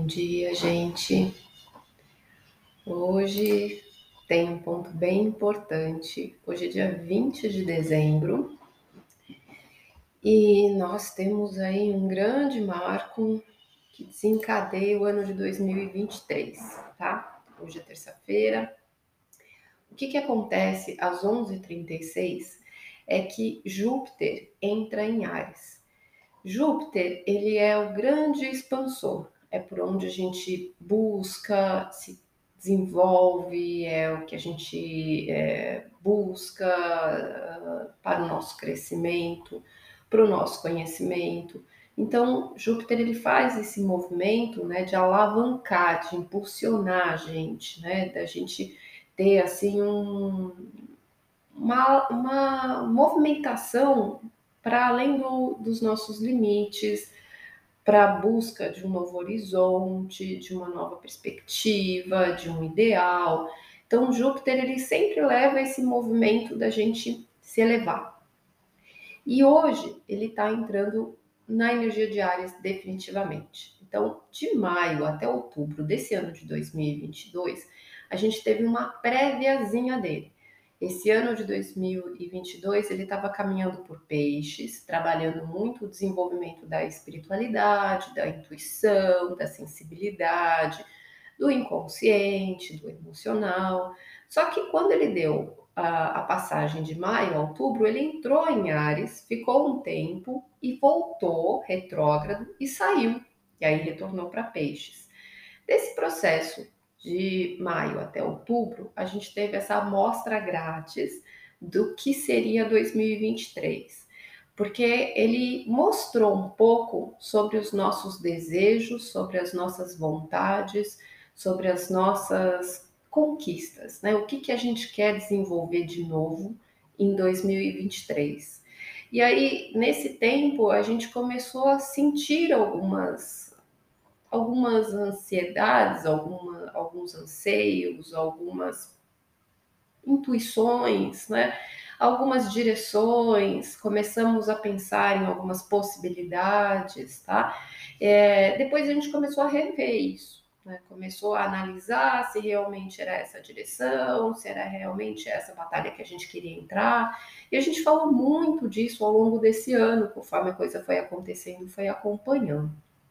Bom dia, gente. Hoje tem um ponto bem importante. Hoje é dia 20 de dezembro e nós temos aí um grande marco que desencadeia o ano de 2023, tá? Hoje é terça-feira. O que acontece às 11h36 é que Júpiter entra em Áries. Júpiter, ele é o grande expansor, é por onde a gente busca, se desenvolve, é o que a gente busca para o nosso crescimento, para o nosso conhecimento. Então, Júpiter ele faz esse movimento, né, de alavancar, de impulsionar a gente, né, da gente ter assim uma movimentação para além dos nossos limites, para a busca de um novo horizonte, de uma nova perspectiva, de um ideal. Então, Júpiter ele sempre leva esse movimento da gente se elevar. E hoje ele está entrando na energia de Áries definitivamente. Então, de maio até outubro desse ano de 2022, a gente teve uma préviazinha dele. Esse ano de 2022 ele estava caminhando por peixes, trabalhando muito o desenvolvimento da espiritualidade, da intuição, da sensibilidade, do inconsciente, do emocional. Só que quando ele deu a passagem de maio a outubro, ele entrou em Áries, ficou um tempo e voltou retrógrado e saiu. E aí retornou para peixes. Desse processo de maio até outubro, a gente teve essa amostra grátis do que seria 2023, porque ele mostrou um pouco sobre os nossos desejos, sobre as nossas vontades, sobre as nossas conquistas, né? O que a gente quer desenvolver de novo em 2023. E aí, nesse tempo, a gente começou a sentir algumas ansiedades, alguns anseios, algumas intuições, né? Algumas direções, começamos a pensar em algumas possibilidades, tá? Depois a gente começou a rever isso, né? Começou a analisar se realmente era essa direção, se era realmente essa batalha que a gente queria entrar, e a gente falou muito disso ao longo desse ano, conforme a coisa foi acontecendo, foi acompanhando.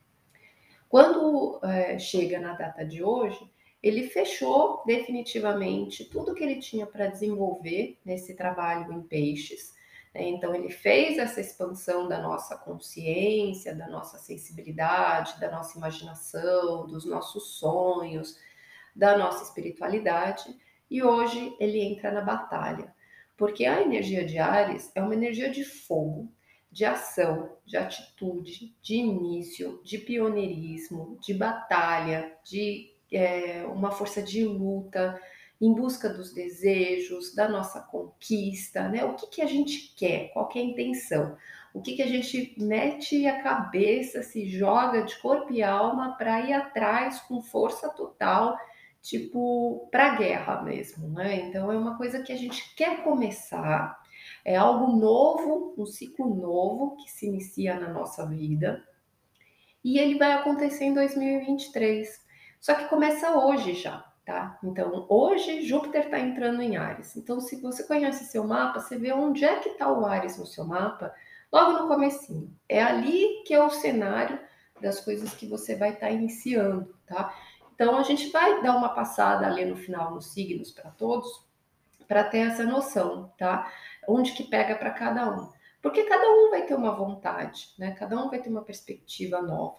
Quando chega na data de hoje, ele fechou definitivamente tudo que ele tinha para desenvolver nesse trabalho em peixes, né? Então, ele fez essa expansão da nossa consciência, da nossa sensibilidade, da nossa imaginação, dos nossos sonhos, da nossa espiritualidade, e hoje ele entra na batalha, porque a energia de Áries é uma energia de fogo, de ação, de atitude, de início, de pioneirismo, de batalha, de uma força de luta em busca dos desejos, da nossa conquista, né? O que a gente quer, qual que é a intenção, o que a gente mete a cabeça, se joga de corpo e alma para ir atrás com força total, tipo, para a guerra mesmo, né? Então é uma coisa que a gente quer começar, é algo novo, um ciclo novo que se inicia na nossa vida e ele vai acontecer em 2023. Só que começa hoje já, tá? Então, hoje Júpiter está entrando em Áries. Então, se você conhece seu mapa, você vê onde é que está o Áries no seu mapa, logo no comecinho. É ali que é o cenário das coisas que você vai estar iniciando, tá? Então, a gente vai dar uma passada ali no final nos signos para todos, para ter essa noção, tá? Onde que pega para cada um. Porque cada um vai ter uma vontade, né? Cada um vai ter uma perspectiva nova.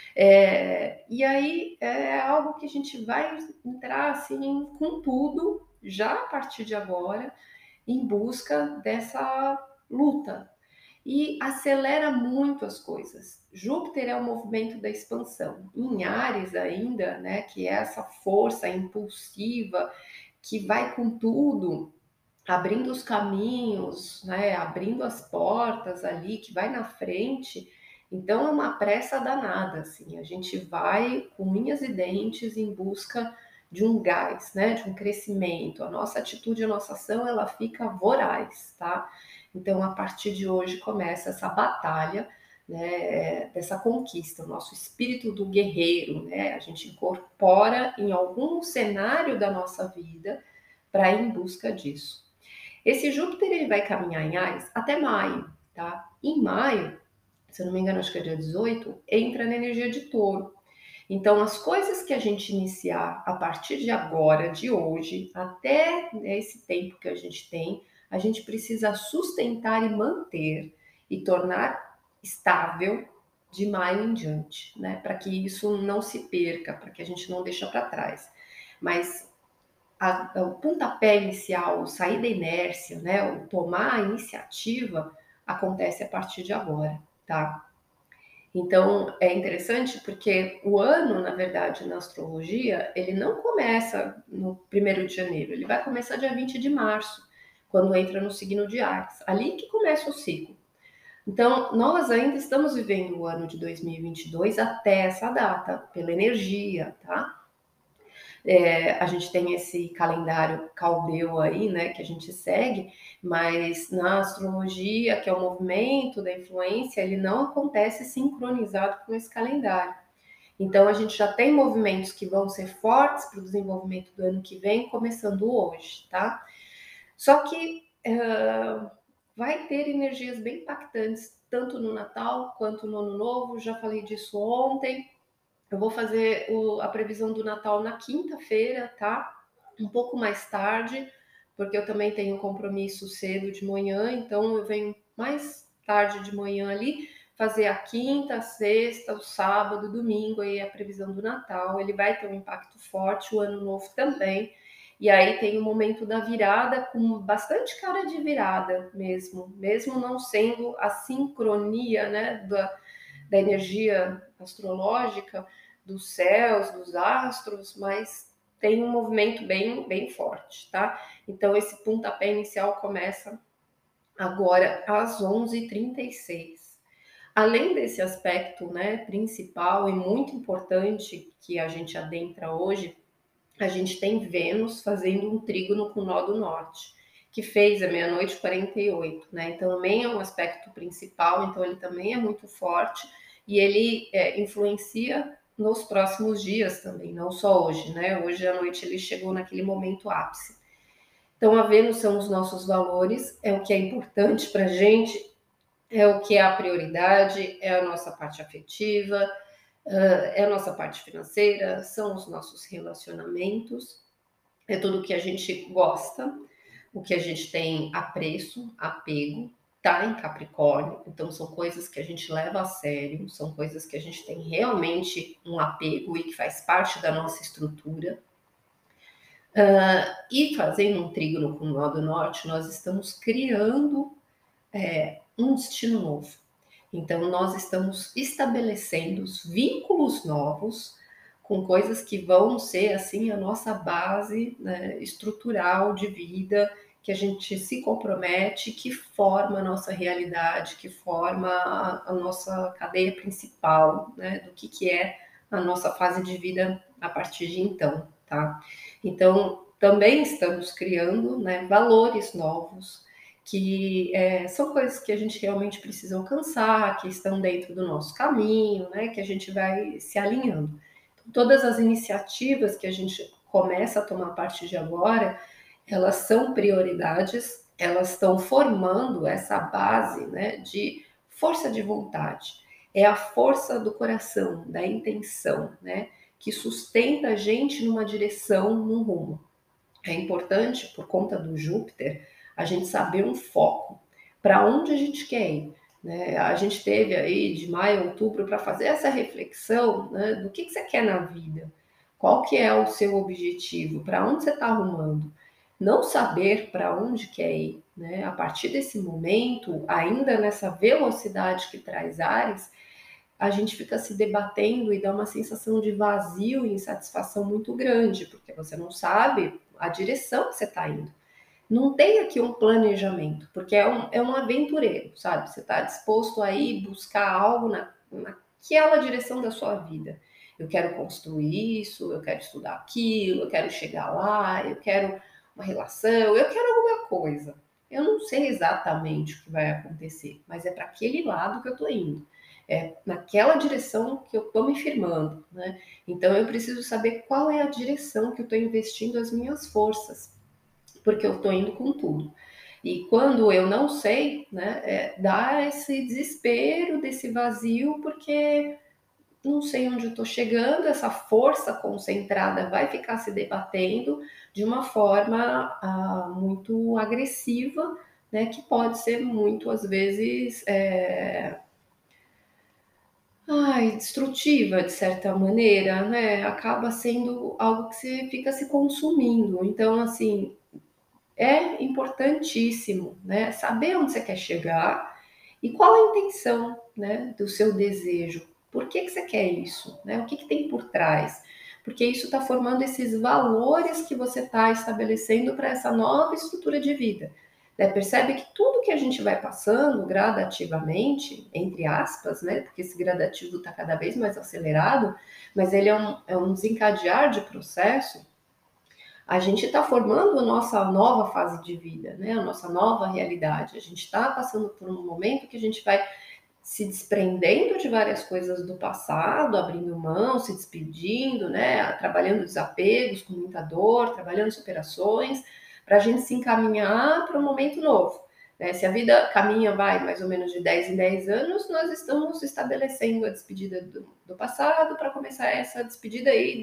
E aí é algo que a gente vai entrar assim com tudo, já a partir de agora, em busca dessa luta. E acelera muito as coisas. Júpiter é o movimento da expansão. Em Áries ainda, né, que é essa força impulsiva que vai com tudo, abrindo os caminhos, né, abrindo as portas ali, que vai na frente. Então é uma pressa danada, assim. A gente vai com unhas e dentes em busca de um gás, né, de um crescimento. A nossa atitude, a nossa ação, ela fica voraz, tá? Então a partir de hoje começa essa batalha, né, dessa conquista, o nosso espírito do guerreiro, né? A gente incorpora em algum cenário da nossa vida para ir em busca disso. Esse Júpiter ele vai caminhar em Áries até maio, tá? Em maio, se eu não me engano, acho que é dia 18, entra na energia de Touro. Então, as coisas que a gente iniciar a partir de agora, de hoje, até esse tempo que a gente precisa sustentar e manter e tornar estável de maio em diante, né? Para que isso não se perca, para que a gente não deixe para trás. Mas o pontapé inicial, o sair da inércia, né? O tomar a iniciativa acontece a partir de agora, tá? Então, é interessante porque o ano, na verdade, na astrologia, ele não começa no 1º de janeiro, ele vai começar dia 20 de março, quando entra no signo de Áries. Ali que começa o ciclo. Então, nós ainda estamos vivendo o ano de 2022 até essa data, pela energia, tá? A gente tem esse calendário caldeu aí, né, que a gente segue, mas na astrologia, que é o movimento da influência, ele não acontece sincronizado com esse calendário. Então, a gente já tem movimentos que vão ser fortes para o desenvolvimento do ano que vem, começando hoje, tá? Só que vai ter energias bem impactantes, tanto no Natal quanto no Ano Novo, já falei disso ontem. Eu vou fazer a previsão do Natal na quinta-feira, tá? Um pouco mais tarde, porque eu também tenho um compromisso cedo de manhã, então eu venho mais tarde de manhã ali, fazer a quinta, a sexta, o sábado, o domingo, aí a previsão do Natal. Ele vai ter um impacto forte, o Ano Novo também. E aí tem o momento da virada, com bastante cara de virada mesmo não sendo a sincronia, né, da energia astrológica, dos céus, dos astros, mas tem um movimento bem forte, tá? Então, esse pontapé inicial começa agora às 11h36. Além desse aspecto, né, principal e muito importante que a gente adentra hoje, a gente tem Vênus fazendo um trígono com o nó do norte, que fez a meia-noite 48, né? Então também é um aspecto principal, então ele também é muito forte e ele influencia nos próximos dias também, não só hoje, né? Hoje à noite ele chegou naquele momento ápice. Então a Vênus são os nossos valores, é o que é importante para a gente, é o que é a prioridade, é a nossa parte afetiva, é a nossa parte financeira, são os nossos relacionamentos, é tudo que a gente gosta, o que a gente tem apreço, apego, tá em Capricórnio, então são coisas que a gente leva a sério, são coisas que a gente tem realmente um apego e que faz parte da nossa estrutura. E fazendo um trígono com o nó do norte, nós estamos criando um destino novo. Então, nós estamos estabelecendo os vínculos novos com coisas que vão ser, assim, a nossa base, né, estrutural de vida, que a gente se compromete, que forma a nossa realidade, que forma a nossa cadeia principal, né, do que é a nossa fase de vida a partir de então, tá? Então, também estamos criando, né, valores novos, que são coisas que a gente realmente precisa alcançar, que estão dentro do nosso caminho, né, que a gente vai se alinhando. Então, todas as iniciativas que a gente começa a tomar a partir de agora, elas são prioridades, elas estão formando essa base, né, de força de vontade. É a força do coração, da intenção, né, que sustenta a gente numa direção, num rumo. É importante, por conta do Júpiter, a gente saber um foco, para onde a gente quer ir. Né? A gente teve aí de maio a outubro para fazer essa reflexão, né, do que você quer na vida, qual que é o seu objetivo, para onde você está arrumando. Não saber para onde quer ir, né? A partir desse momento, ainda nessa velocidade que traz Áries, a gente fica se debatendo e dá uma sensação de vazio e insatisfação muito grande, porque você não sabe a direção que você está indo. Não tem aqui um planejamento, porque é um aventureiro, sabe? Você está disposto a ir buscar algo naquela direção da sua vida. Eu quero construir isso, eu quero estudar aquilo, eu quero chegar lá, eu quero uma relação, eu quero alguma coisa. Eu não sei exatamente o que vai acontecer, mas é para aquele lado que eu estou indo. é naquela direção que eu estou me firmando, né? Então eu preciso saber qual é a direção que eu estou investindo as minhas forças, porque eu estou indo com tudo. E quando eu não sei, né, dá esse desespero, desse vazio, porque não sei onde eu estou chegando, essa força concentrada vai ficar se debatendo de uma forma muito agressiva, né, que pode ser muito, às vezes, destrutiva, de certa maneira, né? Acaba sendo algo que você fica se consumindo. Então, assim, é importantíssimo, né, saber onde você quer chegar e qual a intenção, né, do seu desejo. Por que você quer isso? Né? O que tem por trás? Porque isso está formando esses valores que você está estabelecendo para essa nova estrutura de vida. Né? Percebe que tudo que a gente vai passando gradativamente, entre aspas, né? Porque esse gradativo está cada vez mais acelerado, mas ele é um desencadear de processo. A gente está formando a nossa nova fase de vida, né? A nossa nova realidade. A gente está passando por um momento que a gente vai se desprendendo de várias coisas do passado, abrindo mão, se despedindo, né? Trabalhando desapegos com muita dor, trabalhando superações, para a gente se encaminhar para um momento novo. Né? Se a vida caminha, vai mais ou menos de 10 em 10 anos, nós estamos estabelecendo a despedida do passado para começar essa despedida aí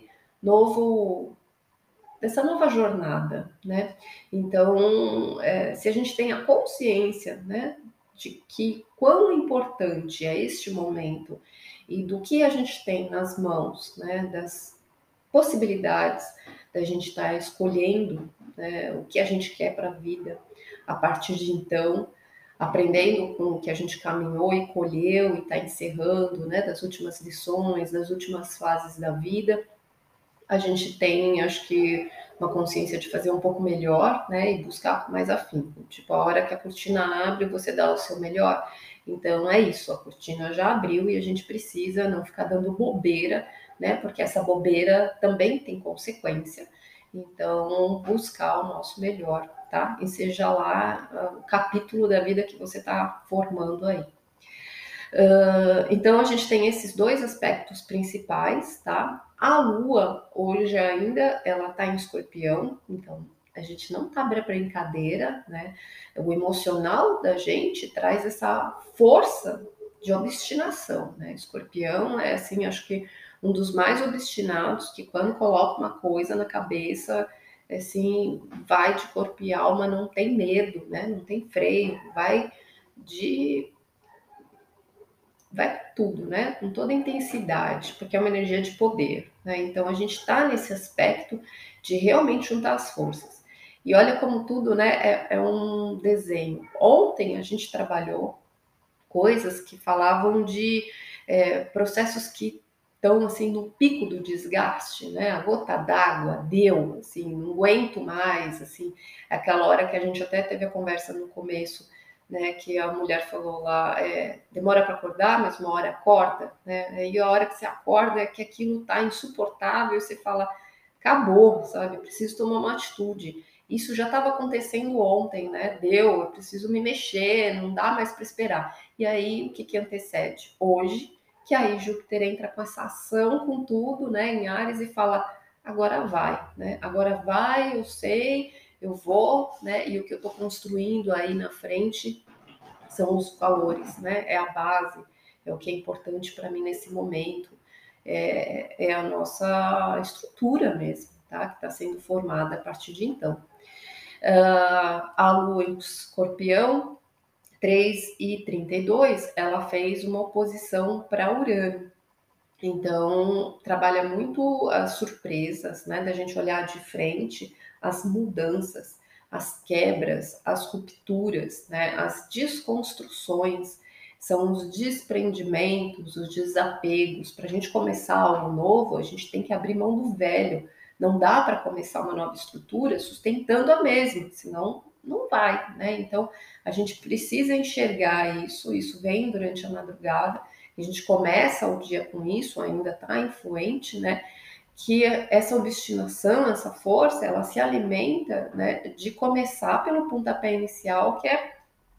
dessa nova jornada, né? Então, se a gente tem a consciência, né, de que quão importante é este momento e do que a gente tem nas mãos, né, das possibilidades da gente estar escolhendo, né, o que a gente quer para a vida a partir de então, aprendendo com o que a gente caminhou e colheu e está encerrando, né, das últimas lições, das últimas fases da vida, a gente tem, acho que, uma consciência de fazer um pouco melhor, né, e buscar mais afinco. Tipo, a hora que a cortina abre, você dá o seu melhor. Então é isso, a cortina já abriu e a gente precisa não ficar dando bobeira, né, porque essa bobeira também tem consequência. Então, buscar o nosso melhor, tá? E seja lá o capítulo da vida que você está formando aí. Então a gente tem esses dois aspectos principais, tá? A Lua hoje ainda ela tá em Escorpião, então a gente não tá para brincadeira, né? O emocional da gente traz essa força de obstinação, né? Escorpião é assim, acho que um dos mais obstinados que quando coloca uma coisa na cabeça, assim, vai de corpo e alma, não tem medo, né? Não tem freio, de vai com tudo, né? Com toda a intensidade, porque é uma energia de poder, né? Então a gente está nesse aspecto de realmente juntar as forças. E olha como tudo, né, é um desenho. Ontem a gente trabalhou coisas que falavam de processos que estão assim no pico do desgaste, né? A gota d'água deu, assim, não aguento mais, assim, aquela hora que a gente até teve a conversa no começo, né? Que a mulher falou lá, demora para acordar, mas uma hora acorda, né? E a hora que você acorda é que aquilo tá insuportável, e você fala, acabou, sabe? Eu preciso tomar uma atitude. Isso já estava acontecendo ontem, né? Deu, eu preciso me mexer, não dá mais para esperar. E aí, o que antecede? Hoje, que aí Júpiter entra com essa ação, com tudo, né, em Áries e fala: agora vai, né? Agora vai, eu sei, eu vou, né? E o que eu estou construindo aí na frente são os valores, né? É a base, é o que é importante para mim nesse momento, é a nossa estrutura mesmo, tá? Que está sendo formada a partir de então. A Lua em Escorpião 3:32, ela fez uma oposição para Urano. Então, trabalha muito as surpresas, né? Da gente olhar de frente as mudanças, as quebras, as rupturas, né? As desconstruções, são os desprendimentos, os desapegos. Para a gente começar algo novo, a gente tem que abrir mão do velho. Não dá para começar uma nova estrutura sustentando a mesma, senão não vai, né? Então, a gente precisa enxergar isso vem durante a madrugada, a gente começa o dia com isso, ainda está influente, né? Que essa obstinação, essa força, ela se alimenta, né, de começar pelo pontapé inicial, que é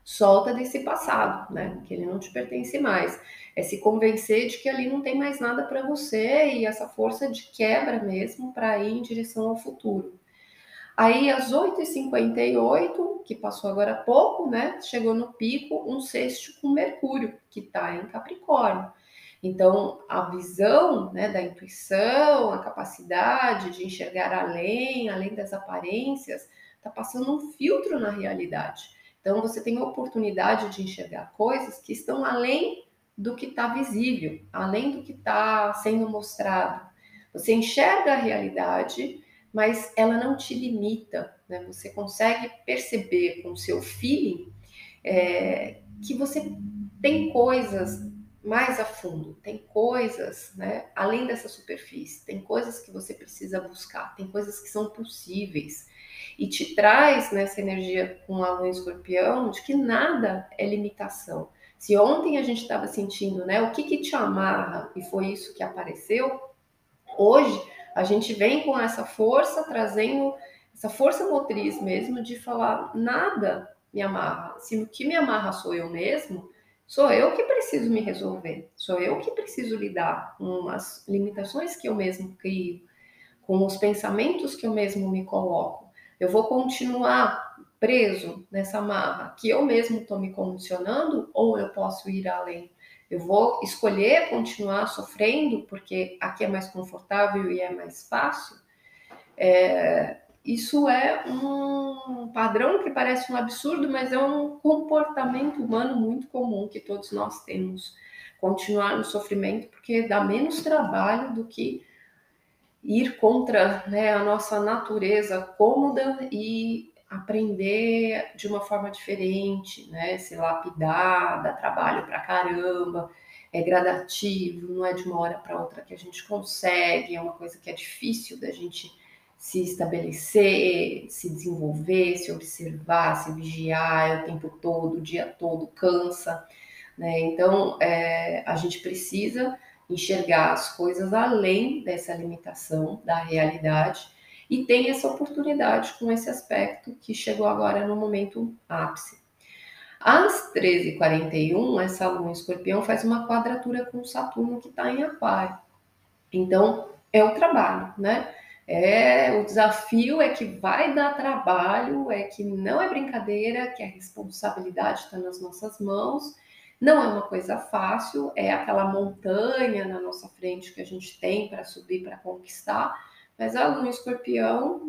solta desse passado, né? Que ele não te pertence mais. É se convencer de que ali não tem mais nada para você e essa força de quebra mesmo para ir em direção ao futuro. Aí, às 8h58, que passou agora há pouco, né? Chegou no pico um sexto com Mercúrio, que está em Capricórnio. Então, a visão, né, da intuição, a capacidade de enxergar além das aparências, está passando um filtro na realidade. Então, você tem a oportunidade de enxergar coisas que estão além do que está visível, além do que está sendo mostrado. Você enxerga a realidade, mas ela não te limita, né? Você consegue perceber com o seu feeling que você tem coisas mais a fundo, tem coisas, né, além dessa superfície, tem coisas que você precisa buscar, tem coisas que são possíveis. E te traz nessa energia com a lua em escorpião de que nada é limitação. Se ontem a gente estava sentindo, né, o que te amarra, e foi isso que apareceu, hoje a gente vem com essa força, trazendo essa força motriz mesmo de falar, nada me amarra. Se o que me amarra sou eu mesmo, sou eu que preciso me resolver, sou eu que preciso lidar com as limitações que eu mesmo crio, com os pensamentos que eu mesmo me coloco. Eu vou continuar preso nessa amarra que eu mesmo estou me condicionando ou eu posso ir além? Eu vou escolher continuar sofrendo porque aqui é mais confortável e é mais fácil? Isso é um padrão que parece um absurdo, mas é um comportamento humano muito comum que todos nós temos. Continuar no sofrimento porque dá menos trabalho do que ir contra, né, a nossa natureza cômoda e aprender de uma forma diferente, né, se lapidar, dá trabalho pra caramba, é gradativo, não é de uma hora para outra que a gente consegue, é uma coisa que é difícil da gente se estabelecer, se desenvolver, se observar, se vigiar o tempo todo, o dia todo, cansa, né? Então, a gente precisa enxergar as coisas além dessa limitação da realidade e tem essa oportunidade com esse aspecto que chegou agora no momento ápice. Às 13h41, essa lua em escorpião faz uma quadratura com Saturno que está em aquário. Então, é o trabalho, né? O desafio é que vai dar trabalho, é que não é brincadeira, que a responsabilidade está nas nossas mãos. Não é uma coisa fácil, é aquela montanha na nossa frente que a gente tem para subir, para conquistar, mas a lua em escorpião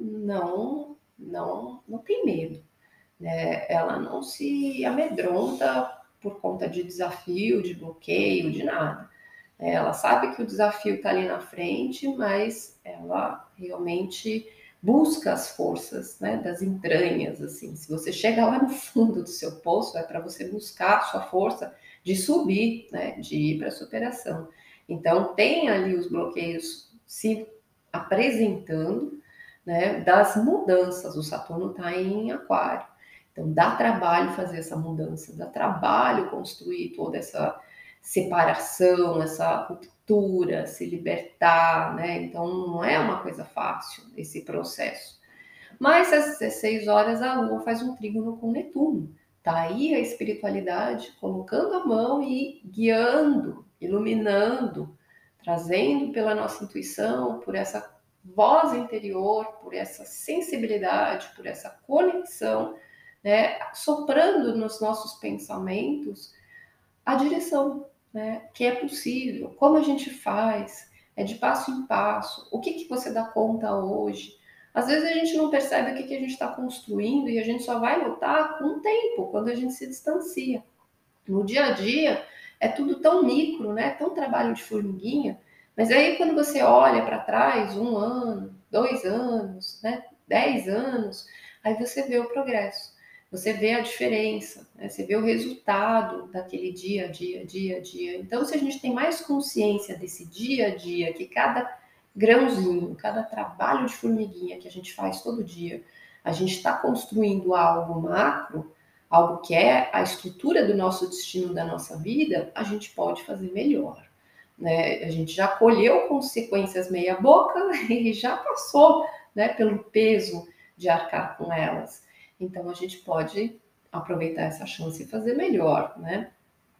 não tem medo, né? Ela não se amedronta por conta de desafio, de bloqueio, de nada. Ela sabe que o desafio está ali na frente, mas ela realmente busca as forças, né, das entranhas, assim. Se você chega lá no fundo do seu poço, é para você buscar a sua força de subir, né, de ir para a superação. Então, tem ali os bloqueios se apresentando, né, das mudanças. O Saturno está em Aquário. Então, dá trabalho fazer essa mudança, dá trabalho construir toda essa separação, essa ruptura, se libertar, né? Então não é uma coisa fácil esse processo. Mas às 16 horas a Lua faz um trígono com Netuno. Tá aí a espiritualidade colocando a mão e guiando, iluminando, trazendo pela nossa intuição, por essa voz interior, por essa sensibilidade, por essa conexão, né? Soprando nos nossos pensamentos a direção, né? Que é possível, como a gente faz, é de passo em passo. O que você dá conta hoje? Às vezes a gente não percebe o que a gente está construindo e a gente só vai notar com o tempo, quando a gente se distancia. No dia a dia é tudo tão micro, né? Tão trabalho de formiguinha. Mas aí quando você olha para trás, 1 ano, 2 anos, né? 10 anos, aí você vê o progresso. Você vê a diferença, né? Você vê o resultado daquele dia a dia, dia a dia. Então, se a gente tem mais consciência desse dia a dia, que cada grãozinho, cada trabalho de formiguinha que a gente faz todo dia, a gente está construindo algo macro, algo que é a estrutura do nosso destino, da nossa vida, a gente pode fazer melhor, né? A gente já colheu consequências meia boca e já passou, né, pelo peso de arcar com elas. Então a gente pode aproveitar essa chance e fazer melhor, né?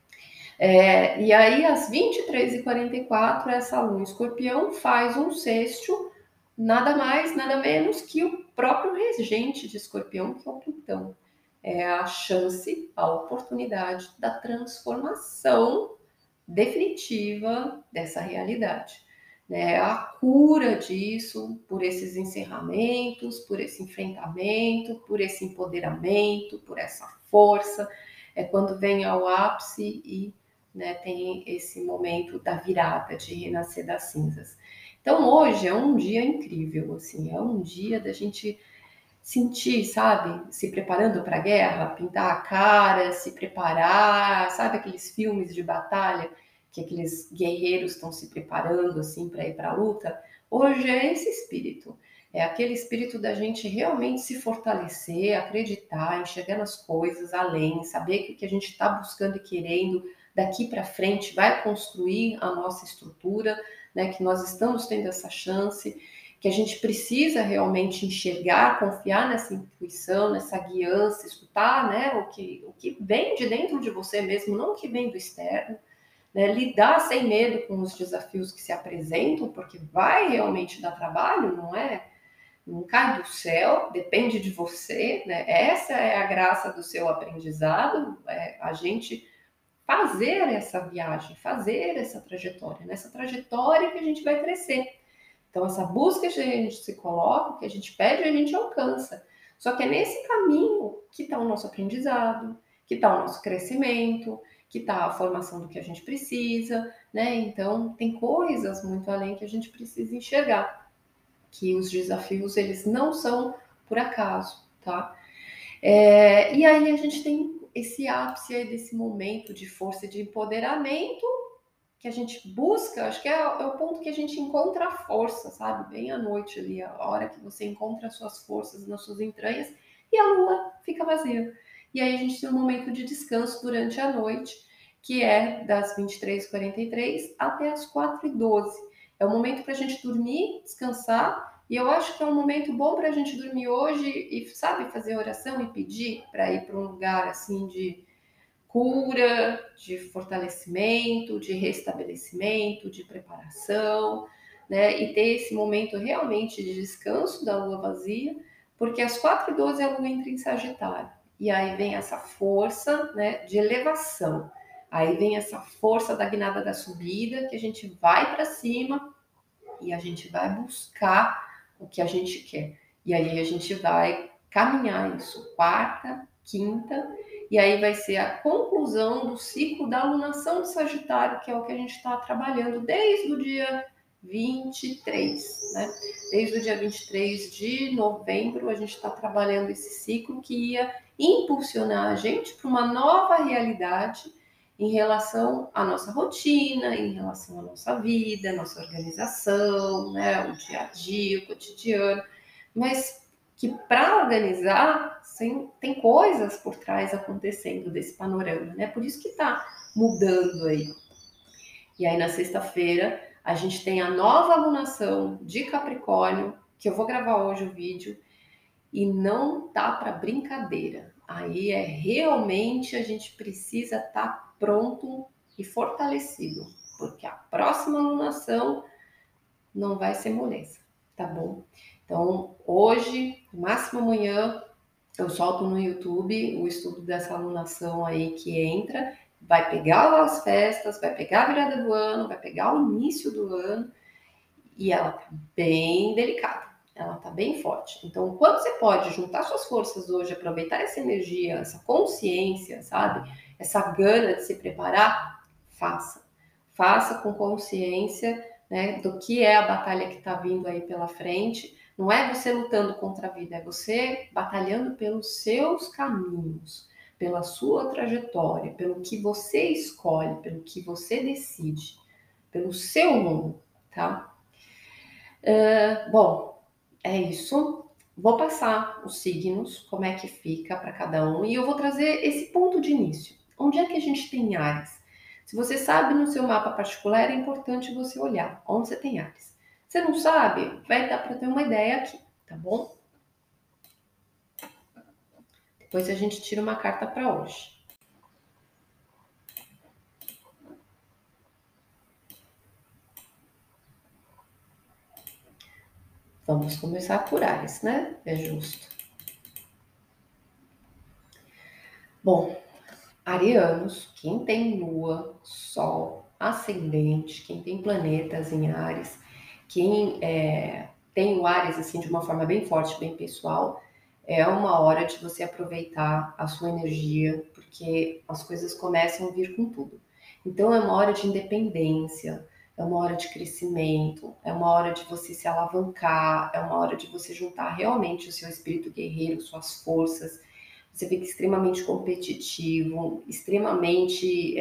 E aí, às 23h44, essa lua em Escorpião faz um sexto, nada mais, nada menos que o próprio regente de Escorpião, que é o Plutão. É a chance, a oportunidade da transformação definitiva dessa realidade. Né? A cura disso, por esses encerramentos, por esse enfrentamento, por esse empoderamento, por essa força, é quando vem ao ápice e, né, tem esse momento da virada, de renascer das cinzas. Então hoje é um dia incrível, assim, é um dia da gente sentir, sabe, se preparando para a guerra, pintar a cara, se preparar, sabe aqueles filmes de batalha que aqueles guerreiros estão se preparando assim para ir para a luta? Hoje é esse espírito. É aquele espírito da gente realmente se fortalecer, acreditar, enxergar nas coisas além, saber que o que a gente está buscando e querendo daqui para frente vai construir a nossa estrutura, né? Que nós estamos tendo essa chance, que a gente precisa realmente enxergar, confiar nessa intuição, nessa guiança, escutar, né, o que vem de dentro de você mesmo, não o que vem do externo, né, lidar sem medo com os desafios que se apresentam, porque vai realmente dar trabalho, não é? Não cai do céu, depende de você, né? Essa é a graça do seu aprendizado, a gente fazer essa viagem, fazer essa trajetória, nessa trajetória que a gente vai crescer. Então, essa busca que a gente se coloca, que a gente pede, a gente alcança. Só que é nesse caminho que está o nosso aprendizado, que está o nosso crescimento, que está a formação do que a gente precisa, né? Então, tem coisas muito além que a gente precisa enxergar, que os desafios, eles não são por acaso, tá? E aí a gente tem esse ápice aí desse momento de força e de empoderamento, que a gente busca, acho que é o ponto que a gente encontra a força, sabe? Bem à noite ali, a hora que você encontra as suas forças nas suas entranhas e a lua fica vazia. E aí a gente tem um momento de descanso durante a noite, que é das 23h43 até as 4h12. É o momento para a gente dormir, descansar, e eu acho que é um momento bom para a gente dormir hoje e, sabe, fazer oração e pedir para ir para um lugar assim de cura, de fortalecimento, de restabelecimento, de preparação, né? E ter esse momento realmente de descanso da lua vazia, porque às 4h12 a lua entra em Sagitário. E aí vem essa força, né, de elevação. Aí vem essa força da guinada da subida, que a gente vai para cima e a gente vai buscar o que a gente quer. E aí a gente vai caminhar isso quarta, quinta, e aí vai ser a conclusão do ciclo da alunação de Sagitário, que é o que a gente está trabalhando desde o dia 23, né? Desde o dia 23 de novembro, a gente está trabalhando esse ciclo que ia impulsionar a gente para uma nova realidade em relação à nossa rotina, em relação à nossa vida, à nossa organização, né, o dia a dia, o cotidiano, mas que para organizar tem coisas por trás acontecendo desse panorama, né? Por isso que está mudando aí. E aí na sexta-feira a gente tem a nova alunação de Capricórnio, que eu vou gravar hoje o vídeo, e não tá para brincadeira. Aí é realmente a gente precisa estar pronto e fortalecido, porque a próxima alunação não vai ser moleza, tá bom? Então, hoje, no máximo amanhã, eu solto no YouTube o estudo dessa alunação aí que entra, vai pegar as festas, vai pegar a virada do ano, vai pegar o início do ano, e ela tá bem delicada, ela tá bem forte. Então, quando você pode juntar suas forças hoje, aproveitar essa energia, essa consciência, sabe? Essa gana de se preparar, faça. Faça com consciência, né, do que é a batalha que está vindo aí pela frente. Não é você lutando contra a vida, é você batalhando pelos seus caminhos, pela sua trajetória, pelo que você escolhe, pelo que você decide, pelo seu rumo, tá? Bom, é isso. Vou passar os signos, como é que fica para cada um, e eu vou trazer esse ponto de início. Onde é que a gente tem Áries? Se você sabe no seu mapa particular, é importante você olhar onde você tem Áries. Você não sabe? Vai dar para ter uma ideia aqui, tá bom? Depois a gente tira uma carta para hoje. Vamos começar por Áries, né? É justo. Bom, arianos, quem tem lua, sol, ascendente, quem tem planetas em Áries, quem tem o Áries assim de uma forma bem forte, bem pessoal, é uma hora de você aproveitar a sua energia, porque as coisas começam a vir com tudo. Então é uma hora de independência, é uma hora de crescimento, é uma hora de você se alavancar, é uma hora de você juntar realmente o seu espírito guerreiro, suas forças. Você fica extremamente competitivo, extremamente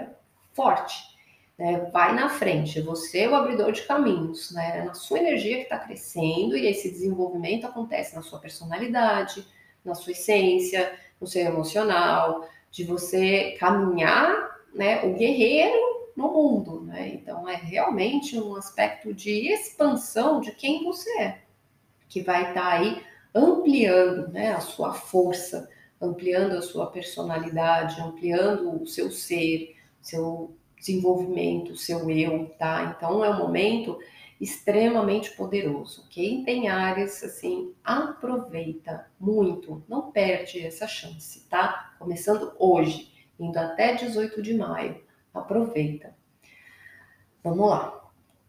forte, né? Vai na frente, você é o abridor de caminhos, né? É na sua energia que está crescendo e esse desenvolvimento acontece na sua personalidade, na sua essência, no seu emocional, de você caminhar, né, o guerreiro no mundo, né? Então é realmente um aspecto de expansão de quem você é, que vai estar aí ampliando, né, a sua força, ampliando a sua personalidade, ampliando o seu ser, seu desenvolvimento, o seu eu, tá? Então é um momento extremamente poderoso. Quem tem áreas assim, aproveita muito, não perde essa chance, tá? Começando hoje, indo até 18 de maio, aproveita. Vamos lá.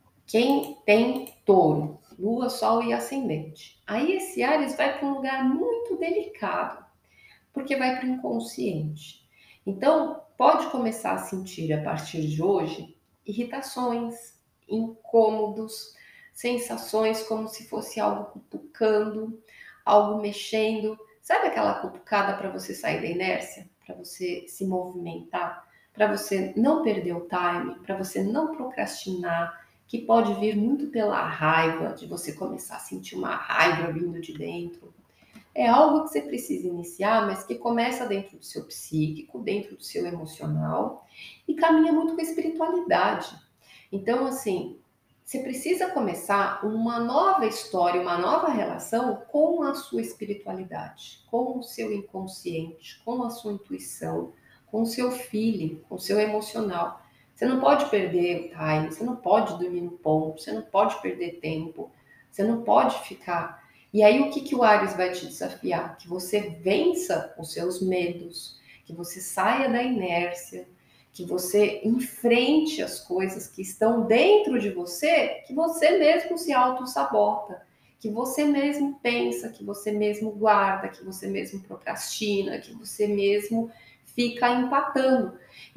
Quem tem touro, lua, sol e ascendente. Aí esse Áries vai para um lugar muito delicado, porque vai para o inconsciente. Então, pode começar a sentir a partir de hoje irritações, incômodos, sensações como se fosse algo cutucando, algo mexendo. Sabe aquela cutucada para você sair da inércia, para você se movimentar, para você não perder o time, para você não procrastinar, que pode vir muito pela raiva, de você começar a sentir uma raiva vindo de dentro. É algo que você precisa iniciar, mas que começa dentro do seu psíquico, dentro do seu emocional e caminha muito com a espiritualidade. Então, assim, você precisa começar uma nova história, uma nova relação com a sua espiritualidade, com o seu inconsciente, com a sua intuição, com o seu feeling, com o seu emocional. Você não pode perder o time, você não pode dormir no ponto, você não pode perder tempo, você não pode ficar. E aí o que que o Ares vai te desafiar? Que você vença os seus medos, que você saia da inércia, que você enfrente as coisas que estão dentro de você, que você mesmo se auto-sabota, que você mesmo pensa, que você mesmo guarda, que você mesmo procrastina, que você mesmo fica empatando.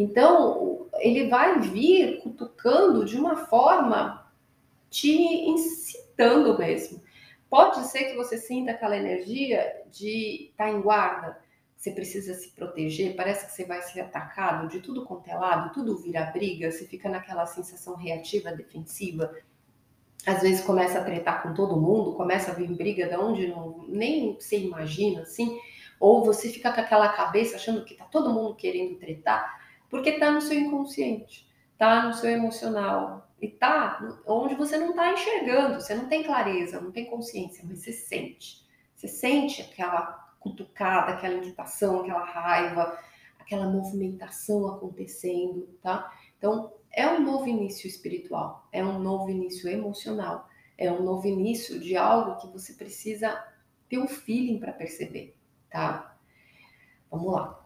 Então, ele vai vir cutucando de uma forma te incitando mesmo. Pode ser que você sinta aquela energia de estar em guarda, você precisa se proteger, parece que você vai ser atacado de tudo quanto é lado, tudo vira briga, você fica naquela sensação reativa, defensiva, às vezes começa a tretar com todo mundo, começa a vir briga de onde não, nem você imagina, assim, ou você fica com aquela cabeça achando que tá todo mundo querendo tretar, porque tá no seu inconsciente, tá no seu emocional, e tá onde você não tá enxergando, você não tem clareza, não tem consciência, mas você sente aquela cutucada, aquela irritação, aquela raiva, aquela movimentação acontecendo, tá? Então, é um novo início espiritual, é um novo início emocional, é um novo início de algo que você precisa ter um feeling para perceber, tá? Vamos lá.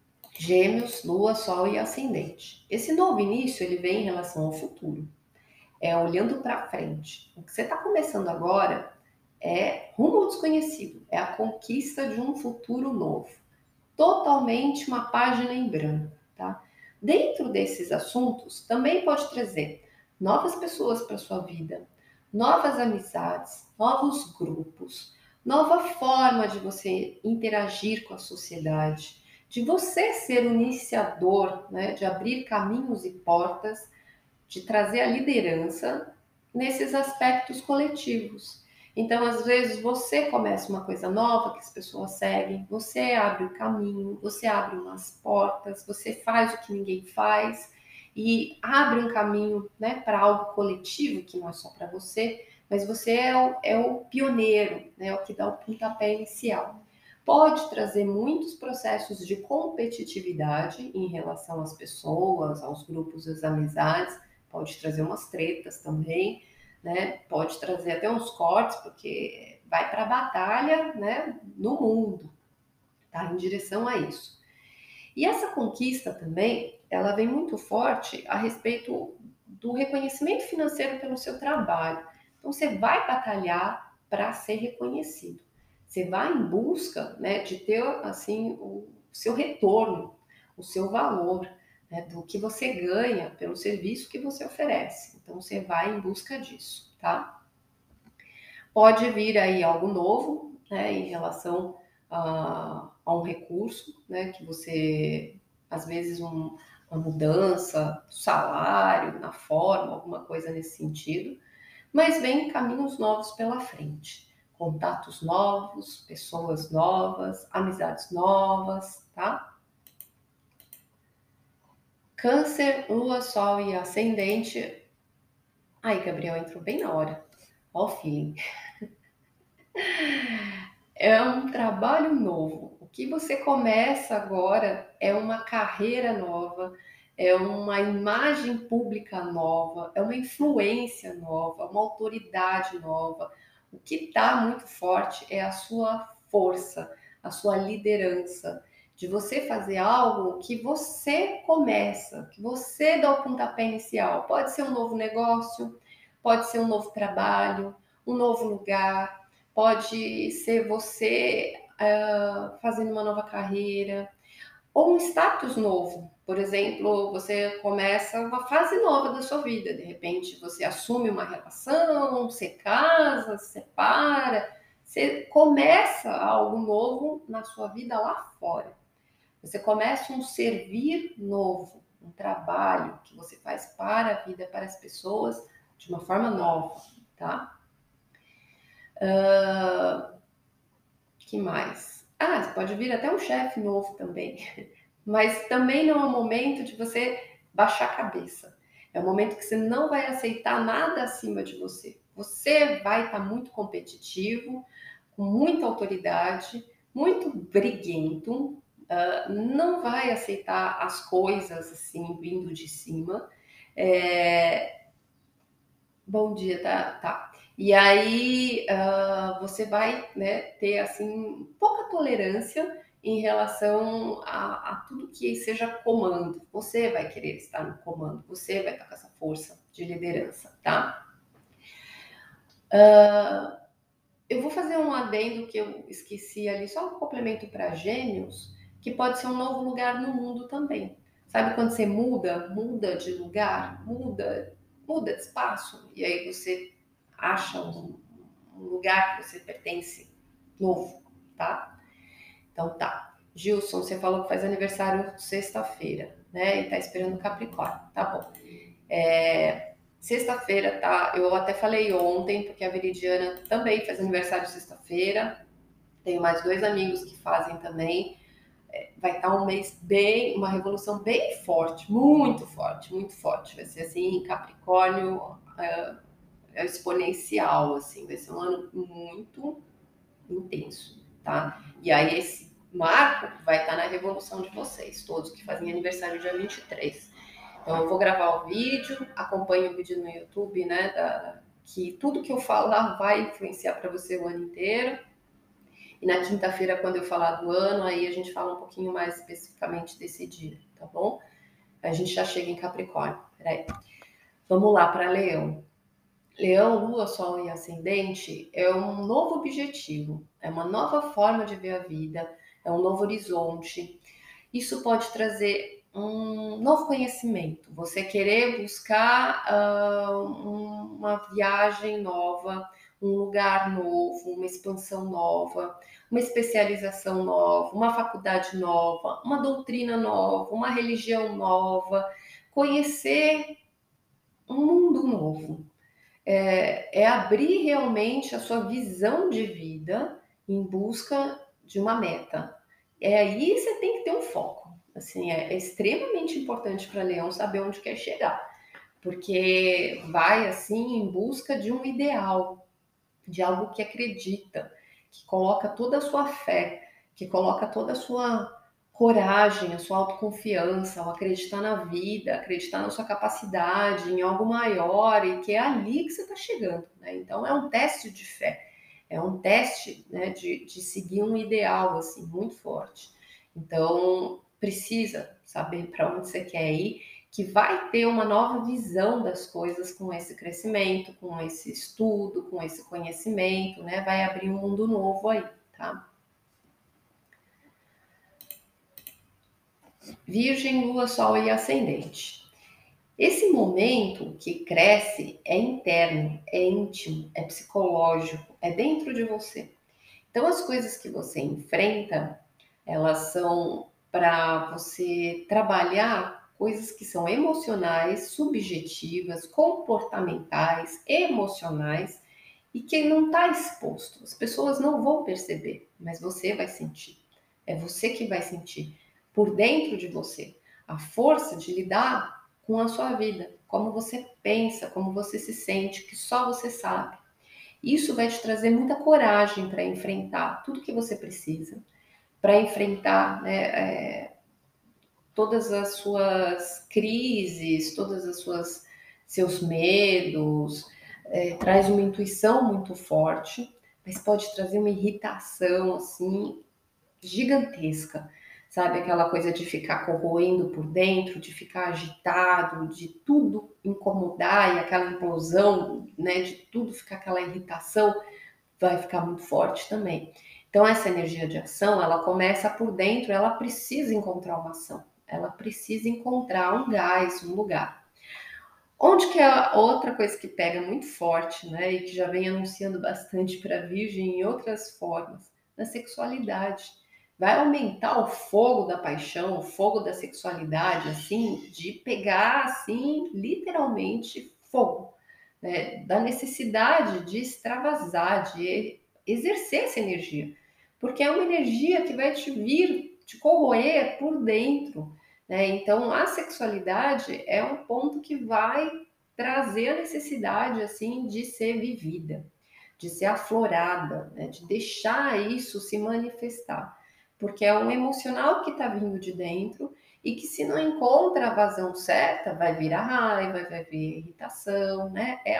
Gêmeos, Lua, Sol e Ascendente. Esse novo início ele vem em relação ao futuro, é olhando para frente. O que você está começando agora é rumo ao desconhecido, é a conquista de um futuro novo, totalmente uma página em branco, tá? Dentro desses assuntos, também pode trazer novas pessoas para sua vida, novas amizades, novos grupos, nova forma de você interagir com a sociedade, de você ser o iniciador, né, de abrir caminhos e portas, de trazer a liderança nesses aspectos coletivos. Então, às vezes, você começa uma coisa nova que as pessoas seguem, você abre o caminho, você abre umas portas, você faz o que ninguém faz e abre um caminho, né, para algo coletivo que não é só para você, mas você é o pioneiro, né, o que dá o pontapé inicial. Pode trazer muitos processos de competitividade em relação às pessoas, aos grupos, às amizades, pode trazer umas tretas também, né? Pode trazer até uns cortes, porque vai para a batalha, né, no mundo, tá? Em direção a isso. E essa conquista também, ela vem muito forte a respeito do reconhecimento financeiro pelo seu trabalho. Então, você vai batalhar para ser reconhecido. Você vai em busca, né, de ter assim o seu retorno, o seu valor, né, do que você ganha pelo serviço que você oferece. Então, você vai em busca disso, tá? Pode vir aí algo novo, né, em relação a um recurso, né, que você, às vezes, uma mudança do salário, na forma, alguma coisa nesse sentido, mas vem caminhos novos pela frente, contatos novos, pessoas novas, amizades novas, tá? Câncer, lua, sol e ascendente. Aí, Gabriel entrou bem na hora. Ó o feeling. É um trabalho novo. O que você começa agora é uma carreira nova, é uma imagem pública nova, é uma influência nova, uma autoridade nova. O que está muito forte é a sua força, a sua liderança, de você fazer algo que você começa, que você dá o pontapé inicial. Pode ser um novo negócio, pode ser um novo trabalho, um novo lugar, pode ser você fazendo uma nova carreira ou um status novo. Por exemplo, você começa uma fase nova da sua vida. De repente, você assume uma relação, você casa, se separa, você começa algo novo na sua vida lá fora. Você começa um servir novo, um trabalho que você faz para a vida, para as pessoas, de uma forma nova, tá? Que mais? Ah, você pode vir até um chefe novo também. Mas também não é o momento de você baixar a cabeça. É o momento que você não vai aceitar nada acima de você. Você vai estar muito competitivo, com muita autoridade, muito briguento, não vai aceitar as coisas assim vindo de cima. É, bom dia, tá. E aí você vai, né, ter assim pouca tolerância em relação a tudo que seja comando. Você vai querer estar no comando, você vai estar com essa força de liderança, tá? Eu vou fazer um adendo que eu esqueci ali, só um complemento para Gêmeos, que pode ser um novo lugar no mundo também. Sabe quando você muda de lugar, muda de espaço, e aí você acha um lugar que você pertence novo, tá? Então tá. Gilson, você falou que faz aniversário sexta-feira, né? E tá esperando o Capricórnio. Tá bom. Sexta-feira, tá? Eu até falei ontem, porque a Veridiana também faz aniversário sexta-feira. Tenho mais dois amigos que fazem também. Vai estar um mês bem, uma revolução bem forte, muito forte, muito forte. Vai ser assim, Capricórnio exponencial, assim. Vai ser um ano muito intenso, tá? E aí esse marco vai estar na revolução de vocês, todos que fazem aniversário dia 23. Então eu vou gravar o vídeo, acompanhe o vídeo no YouTube, né? Que tudo que eu falar vai influenciar para você o ano inteiro. E na quinta-feira, quando eu falar do ano, aí a gente fala um pouquinho mais especificamente desse dia, tá bom? A gente já chega em Capricórnio. Peraí. Vamos lá para Leão. Leão, Lua, Sol e Ascendente é um novo objetivo, é uma nova forma de ver a vida, é um novo horizonte. Isso pode trazer um novo conhecimento, você querer buscar uma viagem nova, um lugar novo, uma expansão nova, uma especialização nova, uma faculdade nova, uma doutrina nova, uma religião nova, conhecer um mundo novo. É abrir realmente a sua visão de vida em busca de uma meta. Aí você tem que ter um foco. Assim, é extremamente importante para Leão saber onde quer chegar, porque vai assim em busca de um ideal, de algo que acredita, que coloca toda a sua fé. que coloca toda a sua coragem, a sua autoconfiança, ao acreditar na vida, acreditar na sua capacidade, em algo maior, e que é ali que você está chegando, né? Então é um teste de fé, é um teste, né, de seguir um ideal assim muito forte. Então precisa saber para onde você quer ir, que vai ter uma nova visão das coisas com esse crescimento, com esse estudo, com esse conhecimento, né? Vai abrir um mundo novo aí, tá? Virgem, Lua, Sol e Ascendente. Esse momento que cresce é interno, é íntimo, é psicológico, é dentro de você. Então, as coisas que você enfrenta, elas são para você trabalhar coisas que são emocionais, subjetivas, comportamentais, emocionais e que não está exposto. As pessoas não vão perceber, mas você vai sentir. É você que vai sentir por dentro de você a força de lidar com a sua vida, como você pensa, como você se sente, que só você sabe. Isso vai te trazer muita coragem para enfrentar tudo que você precisa, para enfrentar, né, todas as suas crises, todas as suas seus medos, traz uma intuição muito forte, mas pode trazer uma irritação assim gigantesca, sabe? Aquela coisa de ficar corroendo por dentro, de ficar agitado, de tudo incomodar e aquela implosão, né? De tudo ficar aquela irritação, vai ficar muito forte também. Então, essa energia de ação, ela começa por dentro, ela precisa encontrar uma ação, ela precisa encontrar um gás, um lugar. Onde que é a outra coisa que pega muito forte, né, e que já vem anunciando bastante para a Virgem em outras formas, na sexualidade. Vai aumentar o fogo da paixão, o fogo da sexualidade, assim, de pegar, assim, literalmente fogo, né, da necessidade de extravasar, de exercer essa energia, porque é uma energia que vai te vir, te corroer por dentro, né? Então, a sexualidade é um ponto que vai trazer a necessidade assim de ser vivida, de ser aflorada, né? De deixar isso se manifestar, porque é um emocional que está vindo de dentro e que se não encontra a vazão certa, vai vir a raiva, vai vir a irritação, né? É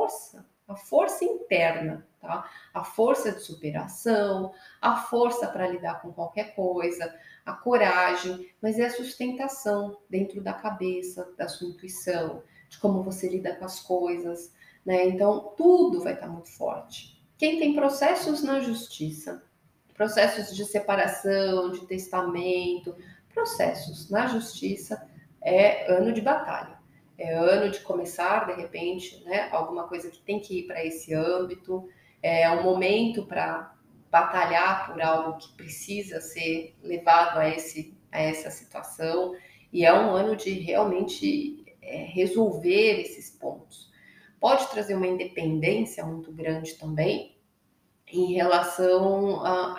a força interna, tá? A força de superação, a força para lidar com qualquer coisa, a coragem, mas é a sustentação dentro da cabeça, da sua intuição, de como você lida com as coisas, né? Então, tudo vai estar muito forte. Quem tem processos na justiça, processos de separação, de testamento, processos na justiça, é ano de batalha. É ano de começar, de repente, né, alguma coisa que tem que ir para esse âmbito. É um momento para batalhar por algo que precisa ser levado a essa situação. E é um ano de realmente resolver esses pontos. Pode trazer uma independência muito grande também, em relação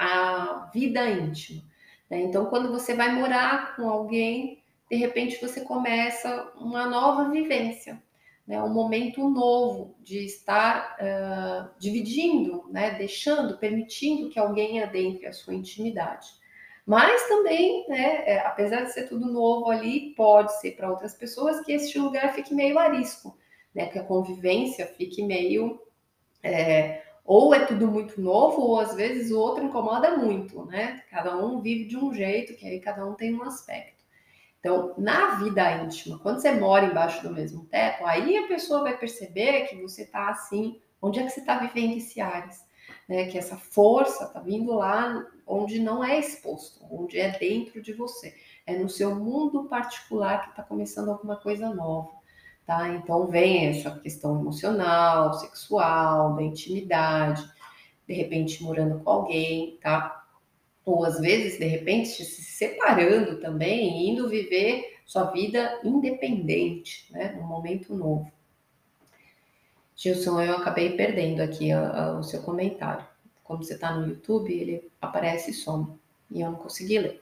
à vida íntima, né? Então, quando você vai morar com alguém, de repente você começa uma nova vivência, né? Um momento novo de estar dividindo, né? Deixando, permitindo que alguém adentre a sua intimidade. Mas também, né, apesar de ser tudo novo ali, pode ser para outras pessoas que este lugar fique meio arisco, né? Que a convivência fique meio ou é tudo muito novo, ou às vezes o outro incomoda muito, né? Cada um vive de um jeito, que aí cada um tem um aspecto. Então, na vida íntima, quando você mora embaixo do mesmo teto, aí a pessoa vai perceber que você está assim, onde é que você está vivendo esse Ares, né? Que essa força está vindo lá onde não é exposto, onde é dentro de você, é no seu mundo particular que está começando alguma coisa nova. Tá? Então vem essa questão emocional, sexual, da intimidade, de repente morando com alguém, tá? Ou às vezes, de repente, se separando também, indo viver sua vida independente, né? Num momento novo. Gilson, eu acabei perdendo aqui o seu comentário. Como você está no YouTube, ele aparece e some. E eu não consegui ler.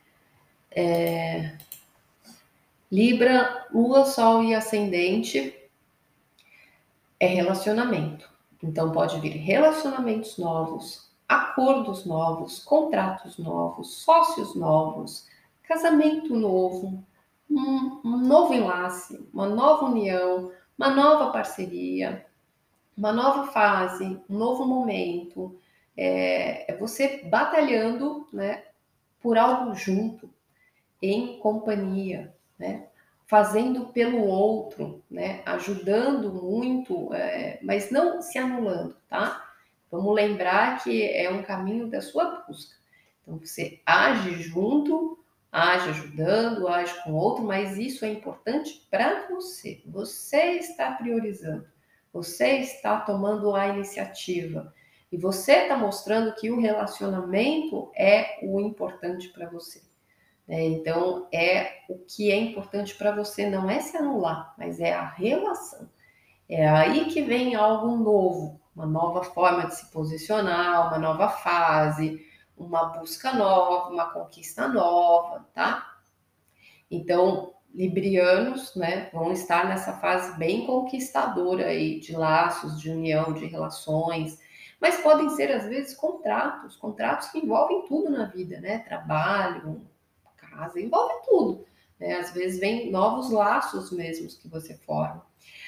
Libra, Lua, Sol e Ascendente é relacionamento. Então pode vir relacionamentos novos, acordos novos, contratos novos, sócios novos, casamento novo, um novo enlace, uma nova união, uma nova parceria, uma nova fase, um novo momento. É você batalhando, né, por algo junto, em companhia, né? Fazendo pelo outro, né? Ajudando muito, mas não se anulando, tá? Vamos lembrar que é um caminho da sua busca. Então você age junto, age ajudando, age com o outro, mas isso é importante para você. Você está priorizando, você está tomando a iniciativa e você está mostrando que o relacionamento é o importante para você. Então, o que é importante para você não é se anular, mas é a relação. É aí que vem algo novo, uma nova forma de se posicionar, uma nova fase, uma busca nova, uma conquista nova, tá? Então, librianos, né, vão estar nessa fase bem conquistadora aí de laços, de união, de relações, mas podem ser às vezes contratos que envolvem tudo na vida, né? Trabalho, casa, envolve tudo. Né? Às vezes vem novos laços mesmos que você forma.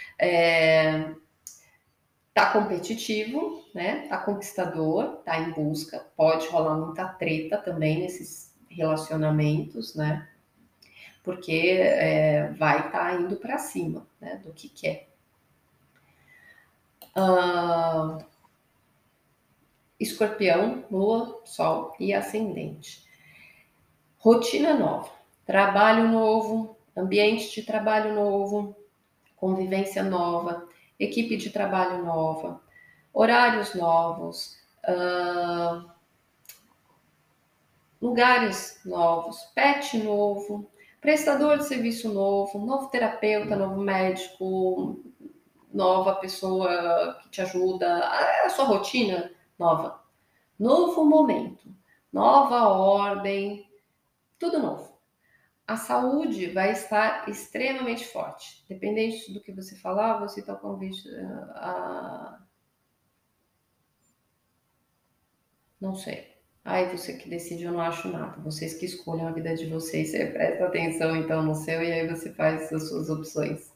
Tá competitivo, né? Tá conquistador, tá em busca. Pode rolar muita treta também nesses relacionamentos, né? Porque vai estar indo para cima, né? Do que quer. Escorpião, Lua, Sol e Ascendente. Rotina nova, trabalho novo, ambiente de trabalho novo, convivência nova, equipe de trabalho nova, horários novos, lugares novos, pet novo, prestador de serviço novo, novo terapeuta, novo médico, nova pessoa que te ajuda, a sua rotina nova, novo momento, nova ordem, tudo novo. A saúde vai estar extremamente forte. Dependente do que você falar, você está convite a. Não sei. Aí você que decide, eu não acho nada. Vocês que escolham a vida de vocês, você presta atenção então no seu e aí você faz as suas opções.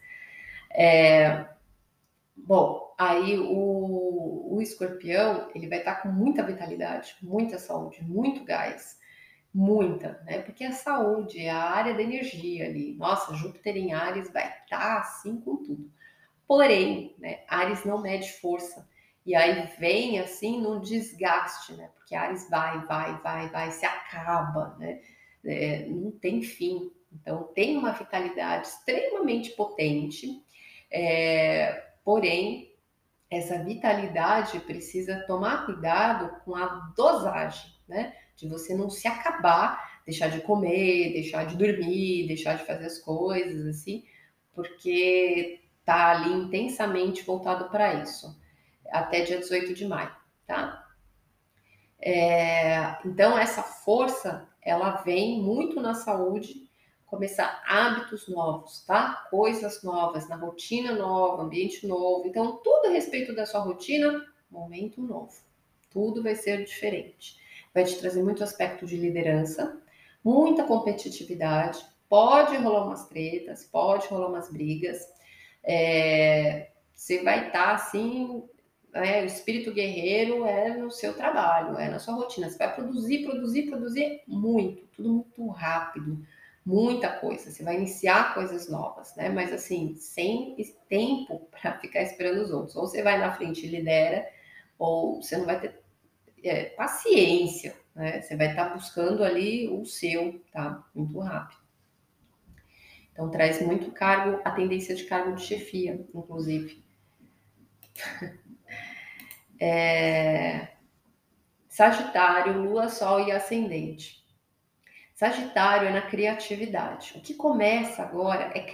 Bom, aí o escorpião, ele vai estar com muita vitalidade, muita saúde, muito gás. Muita, né? Porque a saúde é a área da energia ali. Nossa, Júpiter em Áries vai estar assim com tudo. Porém, né, Áries não mede força. E aí vem assim num desgaste, né? Porque Áries vai, se acaba, né? Não tem fim. Então tem uma vitalidade extremamente potente, porém essa vitalidade precisa tomar cuidado com a dosagem, né? De você não se acabar, deixar de comer, deixar de dormir, deixar de fazer as coisas, assim, porque tá ali intensamente voltado para isso, até dia 18 de maio, tá? Então, essa força, ela vem muito na saúde, começar hábitos novos, tá? Coisas novas, na rotina nova, ambiente novo. Então, tudo a respeito da sua rotina, momento novo. Tudo vai ser diferente. Vai te trazer muito aspecto de liderança, muita competitividade, pode rolar umas tretas, pode rolar umas brigas. Você vai estar assim, o espírito guerreiro é no seu trabalho, é na sua rotina. Você vai produzir muito, tudo muito rápido, muita coisa. Você vai iniciar coisas novas, né? Mas assim, sem tempo para ficar esperando os outros. Ou você vai na frente e lidera, ou você não vai ter paciência, né? Você vai estar buscando ali o seu, tá? Muito rápido. Então traz muito cargo, a tendência de cargo de chefia, inclusive. Sagitário, Lua, Sol e Ascendente. Sagitário é na criatividade. O que começa agora é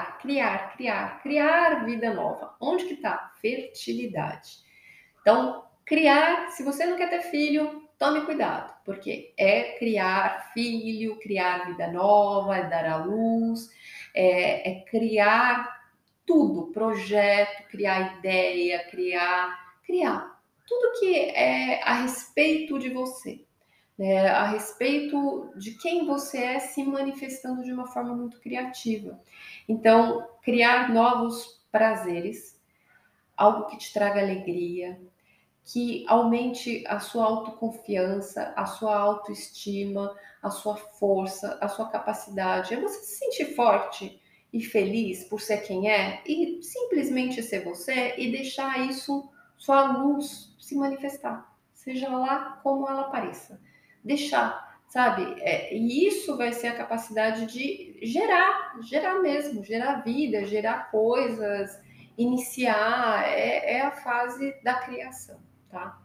criar vida nova. Onde que está? Fertilidade. Então, criar, se você não quer ter filho, tome cuidado, porque é criar filho, criar vida nova, é dar à luz, é criar tudo, projeto, criar ideia, criar. tudo que é a respeito de você, né? A respeito de quem você é se manifestando de uma forma muito criativa. Então, criar novos prazeres, algo que te traga alegria, que aumente a sua autoconfiança, a sua autoestima, a sua força, a sua capacidade. É você se sentir forte e feliz por ser quem é e simplesmente ser você e deixar isso, sua luz se manifestar, seja lá como ela pareça. Deixar, sabe? E isso vai ser a capacidade de gerar mesmo, gerar vida, gerar coisas, iniciar, é a fase da criação, tá?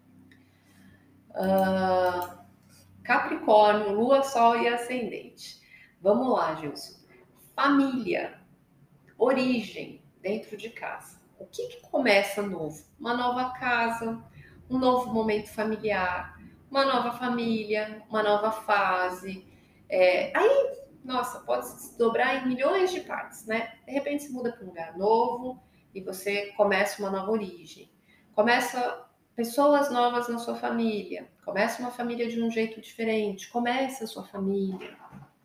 Capricórnio, Lua, Sol e Ascendente. Vamos lá, Gilson. Família, origem dentro de casa. O que, que começa novo? Uma nova casa, um novo momento familiar, uma nova família, uma nova fase. Aí, nossa, pode se desdobrar em milhões de partes, né? De repente você muda para um lugar novo e você começa uma nova origem. Começa pessoas novas na sua família. Começa uma família de um jeito diferente. Começa a sua família,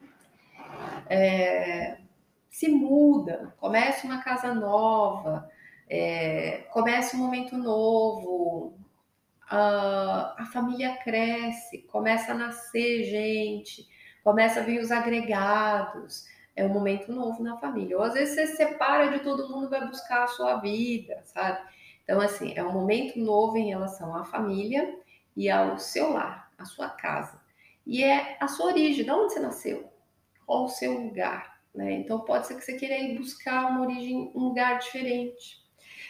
se muda, começa uma casa nova, começa um momento novo, a família cresce, começa a nascer gente, começa a vir os agregados, é um momento novo na família. Ou às vezes você se separa de todo mundo e vai buscar a sua vida, sabe? Então, assim, é um momento novo em relação à família e ao seu lar, à sua casa. E é a sua origem, de onde você nasceu, qual o seu lugar, né? Então, pode ser que você queira ir buscar uma origem, um lugar diferente.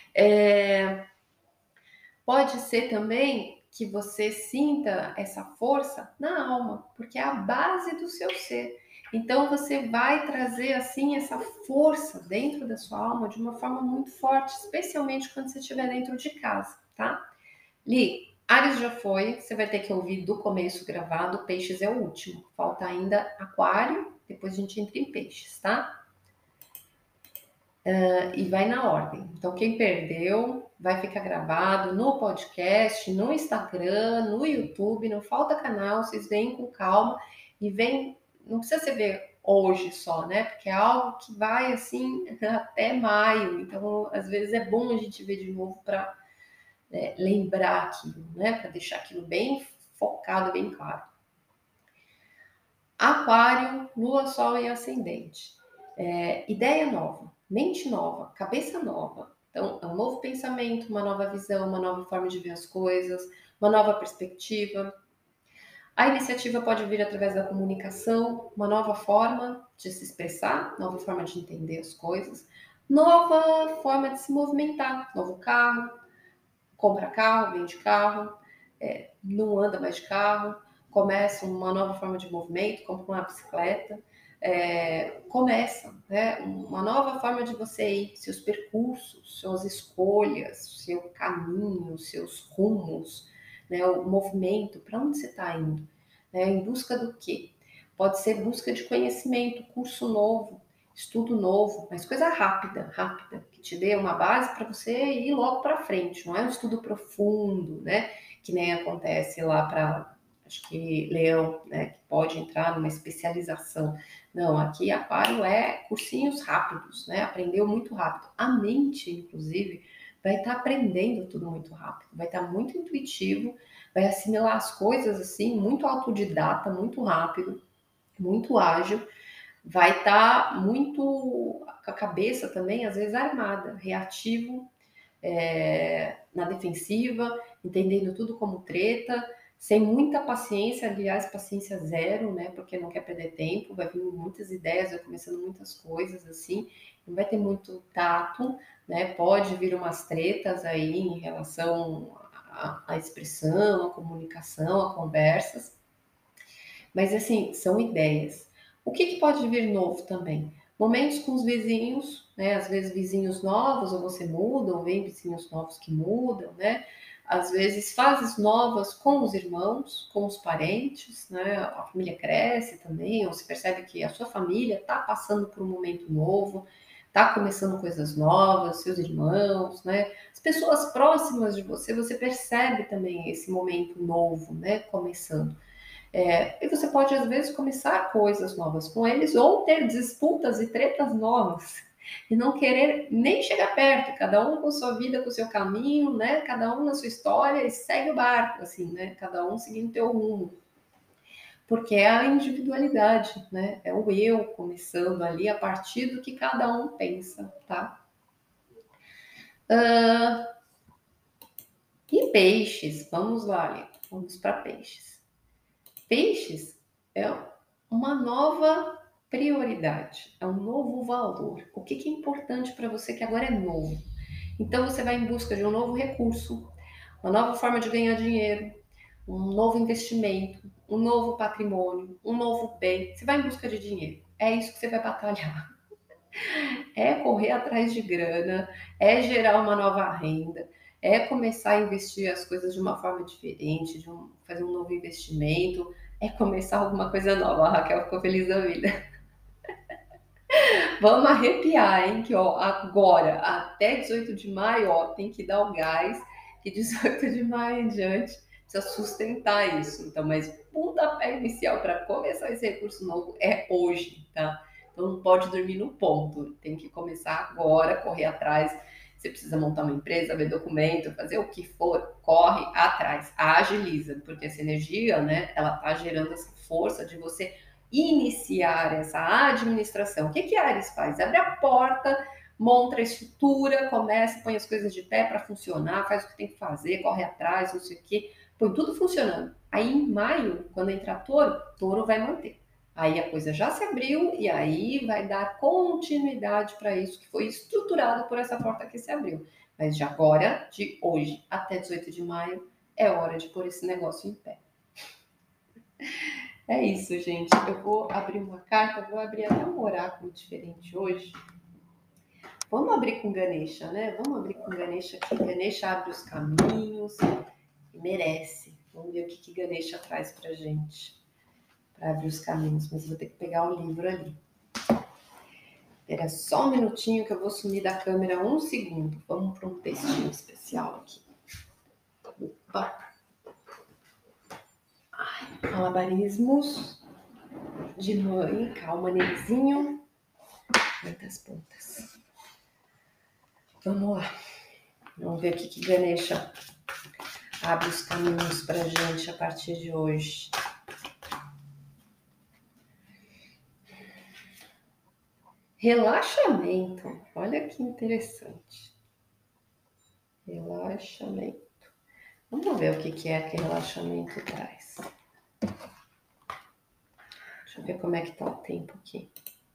Pode ser também que você sinta essa força na alma, porque é a base do seu ser. Então você vai trazer assim essa força dentro da sua alma de uma forma muito forte, especialmente quando você estiver dentro de casa, tá? Li, Áries já foi, você vai ter que ouvir do começo gravado, Peixes é o último. Falta ainda Aquário, depois a gente entra em Peixes, tá? E vai na ordem. Então, quem perdeu, vai ficar gravado no podcast, no Instagram, no YouTube, não falta canal, vocês vêm com calma e vem, não precisa você ver hoje só, né? Porque é algo que vai assim até maio, então às vezes é bom a gente ver de novo para lembrar aquilo, né? Para deixar aquilo bem focado, bem claro. Aquário, Lua, Sol e Ascendente. Ideia nova, mente nova, cabeça nova. Então, é um novo pensamento, uma nova visão, uma nova forma de ver as coisas, uma nova perspectiva. A iniciativa pode vir através da comunicação, uma nova forma de se expressar, nova forma de entender as coisas, nova forma de se movimentar, novo carro, compra carro, vende carro, não anda mais de carro, começa uma nova forma de movimento, compra uma bicicleta, começa, né, uma nova forma de você ir, seus percursos, suas escolhas, seu caminho, seus rumos, né, o movimento, para onde você está indo, né, em busca do quê? Pode ser busca de conhecimento, curso novo, estudo novo, mas coisa rápida, rápida, que te dê uma base para você ir logo para frente, não é um estudo profundo, né? Que nem acontece lá para, acho que Leão, né? Que pode entrar numa especialização. Não, aqui Aquário é cursinhos rápidos, né? Aprendeu muito rápido. A mente, inclusive, vai estar aprendendo tudo muito rápido, vai estar muito intuitivo, vai assimilar as coisas assim, muito autodidata, muito rápido, muito ágil, vai estar muito com a cabeça também, às vezes armada, reativo, na defensiva, entendendo tudo como treta, sem muita paciência, aliás, paciência zero, né? Porque não quer perder tempo, vai vir muitas ideias, vai começando muitas coisas assim, não vai ter muito tato, né? Pode vir umas tretas aí em relação à expressão, à comunicação, a conversas, mas assim, são ideias. O que, que pode vir novo também? Momentos com os vizinhos, né? Às vezes vizinhos novos, ou você muda, ou vem vizinhos novos que mudam, né? Às vezes fases novas com os irmãos, com os parentes, né? A família cresce também, ou você percebe que a sua família está passando por um momento novo, tá começando coisas novas, seus irmãos, né? As pessoas próximas de você, você percebe também esse momento novo, né? Começando. E você pode, às vezes, começar coisas novas com eles ou ter disputas e tretas novas e não querer nem chegar perto, cada um com sua vida, com o seu caminho, né? Cada um na sua história e segue o barco, assim, né? Cada um seguindo o teu rumo. Porque é a individualidade, né? É o eu começando ali a partir do que cada um pensa, tá? E peixes, vamos lá, ali. Vamos para peixes. Peixes é uma nova prioridade, é um novo valor. O que é importante para você que agora é novo? Então você vai em busca de um novo recurso, uma nova forma de ganhar dinheiro, um novo investimento, um novo patrimônio, um novo bem. Você vai em busca de dinheiro. É isso que você vai batalhar. É correr atrás de grana, é gerar uma nova renda, é começar a investir as coisas de uma forma diferente, fazer um novo investimento, é começar alguma coisa nova. A Raquel ficou feliz da vida. Vamos arrepiar, hein? Que ó, agora, até 18 de maio, ó, tem que dar o gás, que 18 de maio em diante precisa sustentar isso. Então, mas o pontapé inicial para começar esse recurso novo é hoje, tá? Então não pode dormir no ponto, tem que começar agora, correr atrás. Você precisa montar uma empresa, ver documento, fazer o que for, corre atrás, agiliza, porque essa energia, né, ela tá gerando essa força de você iniciar essa administração. O que que a Ares faz? Abre a porta, monta a estrutura, começa, põe as coisas de pé para funcionar, faz o que tem que fazer, corre atrás, não sei o quê, põe tudo funcionando. Aí em maio, quando entrar touro, touro vai manter. Aí a coisa já se abriu e aí vai dar continuidade para isso que foi estruturado por essa porta que se abriu. Mas de agora, de hoje até 18 de maio, é hora de pôr esse negócio em pé. É isso, gente. Eu vou abrir uma carta, vou abrir até um oráculo diferente hoje. Vamos abrir com Ganesha, né? Vamos abrir com Ganesha aqui. Ganesha abre os caminhos e merece. Vamos ver o que Ganesha traz pra gente. Para abrir os caminhos, mas vou ter que pegar o livro ali. Espera só um minutinho que eu vou sumir da câmera um segundo. Vamos para um textinho especial aqui. Opa! Ai, malabarismos de mãe. Calma, nenzinho. Muitas pontas. Vamos lá. Vamos ver o que Ganesha abre os caminhos para a gente a partir de hoje. Relaxamento. Olha que interessante. Relaxamento. Vamos ver o que é que relaxamento traz. Deixa eu ver como é que tá o tempo aqui.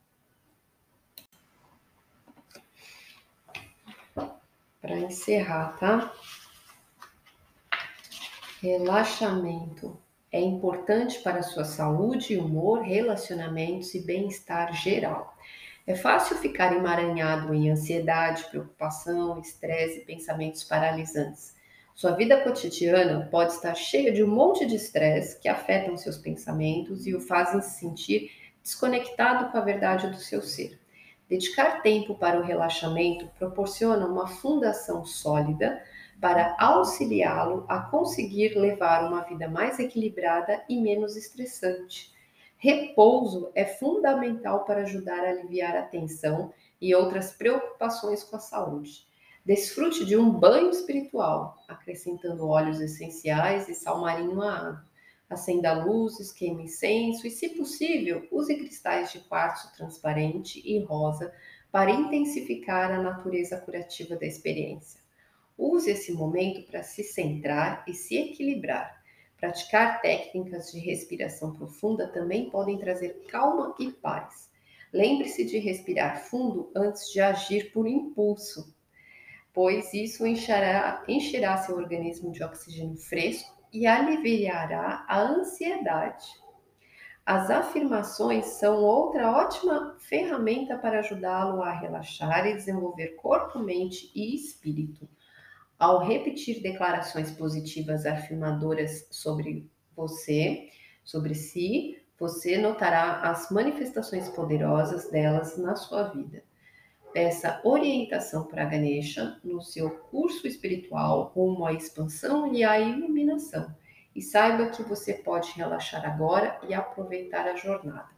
Para encerrar, tá? Relaxamento é importante para a sua saúde, humor, relacionamentos e bem-estar geral. É fácil ficar emaranhado em ansiedade, preocupação, estresse e pensamentos paralisantes. Sua vida cotidiana pode estar cheia de um monte de estresse que afetam seus pensamentos e o fazem se sentir desconectado com a verdade do seu ser. Dedicar tempo para o relaxamento proporciona uma fundação sólida para auxiliá-lo a conseguir levar uma vida mais equilibrada e menos estressante. Repouso é fundamental para ajudar a aliviar a tensão e outras preocupações com a saúde. Desfrute de um banho espiritual, acrescentando óleos essenciais e sal marinho à água. Acenda luzes, queime incenso e, se possível, use cristais de quartzo transparente e rosa para intensificar a natureza curativa da experiência. Use esse momento para se centrar e se equilibrar. Praticar técnicas de respiração profunda também podem trazer calma e paz. Lembre-se de respirar fundo antes de agir por impulso, pois isso encherá seu organismo de oxigênio fresco e aliviará a ansiedade. As afirmações são outra ótima ferramenta para ajudá-lo a relaxar e desenvolver corpo, mente e espírito. Ao repetir declarações positivas afirmadoras sobre você, sobre si, você notará as manifestações poderosas delas na sua vida. essa orientação para Ganesha no seu curso espiritual rumo à expansão e à iluminação. E saiba que você pode relaxar agora e aproveitar a jornada.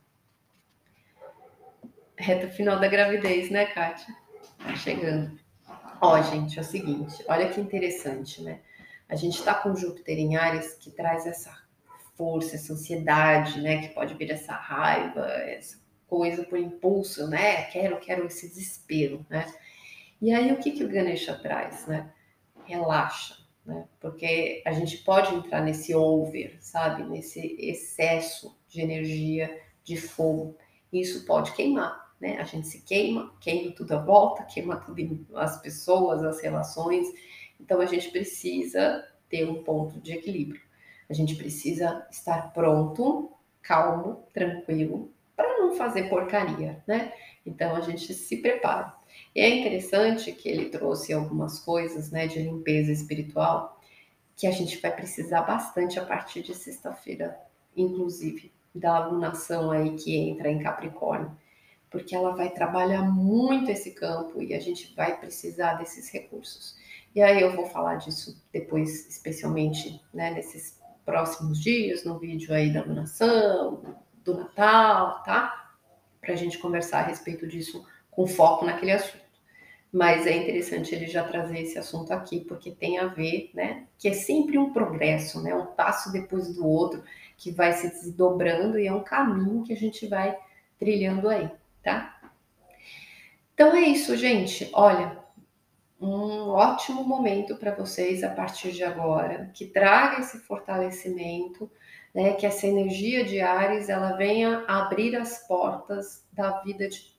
Reta final da gravidez, né, Kátia? Tá chegando. Ó, gente, é o seguinte, olha que interessante, né? A gente tá com Júpiter em Áries que traz essa força, essa ansiedade, né? Que pode vir essa raiva, essa coisa por impulso, né? Quero esse desespero, né? E aí o que que o Ganesha traz, né? Relaxa, né? Porque a gente pode entrar nesse over, sabe? Nesse excesso de energia, de fogo. Isso pode queimar, né? A gente se queima, queima tudo à volta, queima tudo as pessoas, as relações. Então a gente precisa ter um ponto de equilíbrio. A gente precisa estar pronto, calmo, tranquilo, para não fazer porcaria, né? Então a gente se prepara. E é interessante que ele trouxe algumas coisas, né, de limpeza espiritual, que a gente vai precisar bastante a partir de sexta-feira, inclusive, da alunação aí que entra em Capricórnio, porque ela vai trabalhar muito esse campo e a gente vai precisar desses recursos. E aí eu vou falar disso depois, especialmente, né, nesses próximos dias, no vídeo aí da alunação, do Natal, tá? Para a gente conversar a respeito disso com foco naquele assunto. Mas é interessante ele já trazer esse assunto aqui, porque tem a ver, né? Que é sempre um progresso, né? Um passo depois do outro que vai se desdobrando e é um caminho que a gente vai trilhando aí, tá? Então é isso, gente. Olha, um ótimo momento para vocês a partir de agora, que traga esse fortalecimento, né? Que essa energia de Áries ela venha abrir as portas da vida de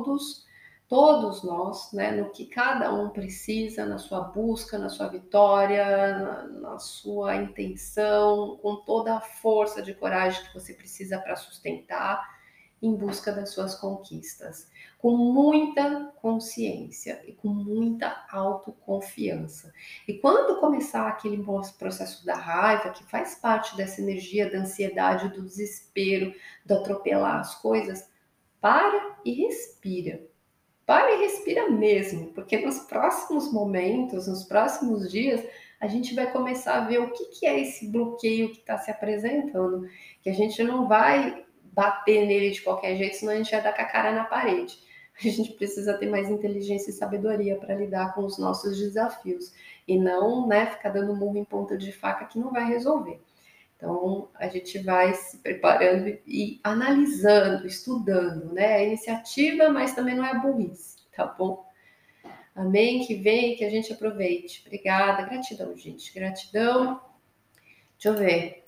todos nós, né? No que cada um precisa, na sua busca, na sua vitória, na sua intenção, com toda a força de coragem que você precisa para sustentar em busca das suas conquistas, com muita consciência e com muita autoconfiança. E quando começar aquele processo da raiva, que faz parte dessa energia da ansiedade, do desespero, do atropelar as coisas, para e respira. Para e respira mesmo, porque nos próximos momentos, nos próximos dias, a gente vai começar a ver o que, que é esse bloqueio que está se apresentando, que a gente não vai bater nele de qualquer jeito, senão a gente vai dar com a cara na parede. A gente precisa ter mais inteligência e sabedoria para lidar com os nossos desafios e não, né, ficar dando murro em ponta de faca que não vai resolver. Então, a gente vai se preparando e analisando, estudando, né? É iniciativa, mas também não é burrice, tá bom? Amém? Que vem, que a gente aproveite. Obrigada, gratidão, gente. Gratidão. Deixa eu ver.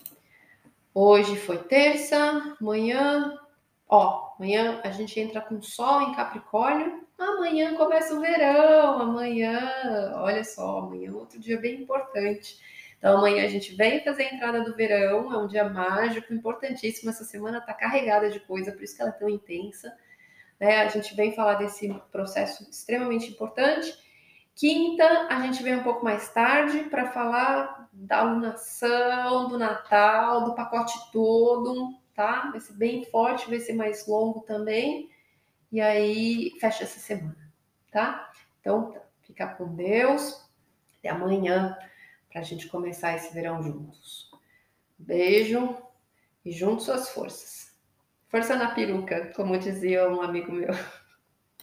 Hoje foi terça, amanhã. Ó, amanhã a gente entra com sol em Capricórnio. Amanhã começa o verão. Amanhã, olha só, amanhã é outro dia bem importante. Então, amanhã a gente vem fazer a entrada do verão, é um dia mágico, importantíssimo. Essa semana tá carregada de coisa, por isso que ela é tão intensa, né? A gente vem falar desse processo extremamente importante. Quinta, a gente vem um pouco mais tarde para falar da alunação, do Natal, do pacote todo, tá? Vai ser bem forte, vai ser mais longo também. E aí, fecha essa semana, tá? Então, fica com Deus. Até amanhã para a gente começar esse verão juntos. Beijo e juntos suas forças. Força na peruca, como dizia um amigo meu.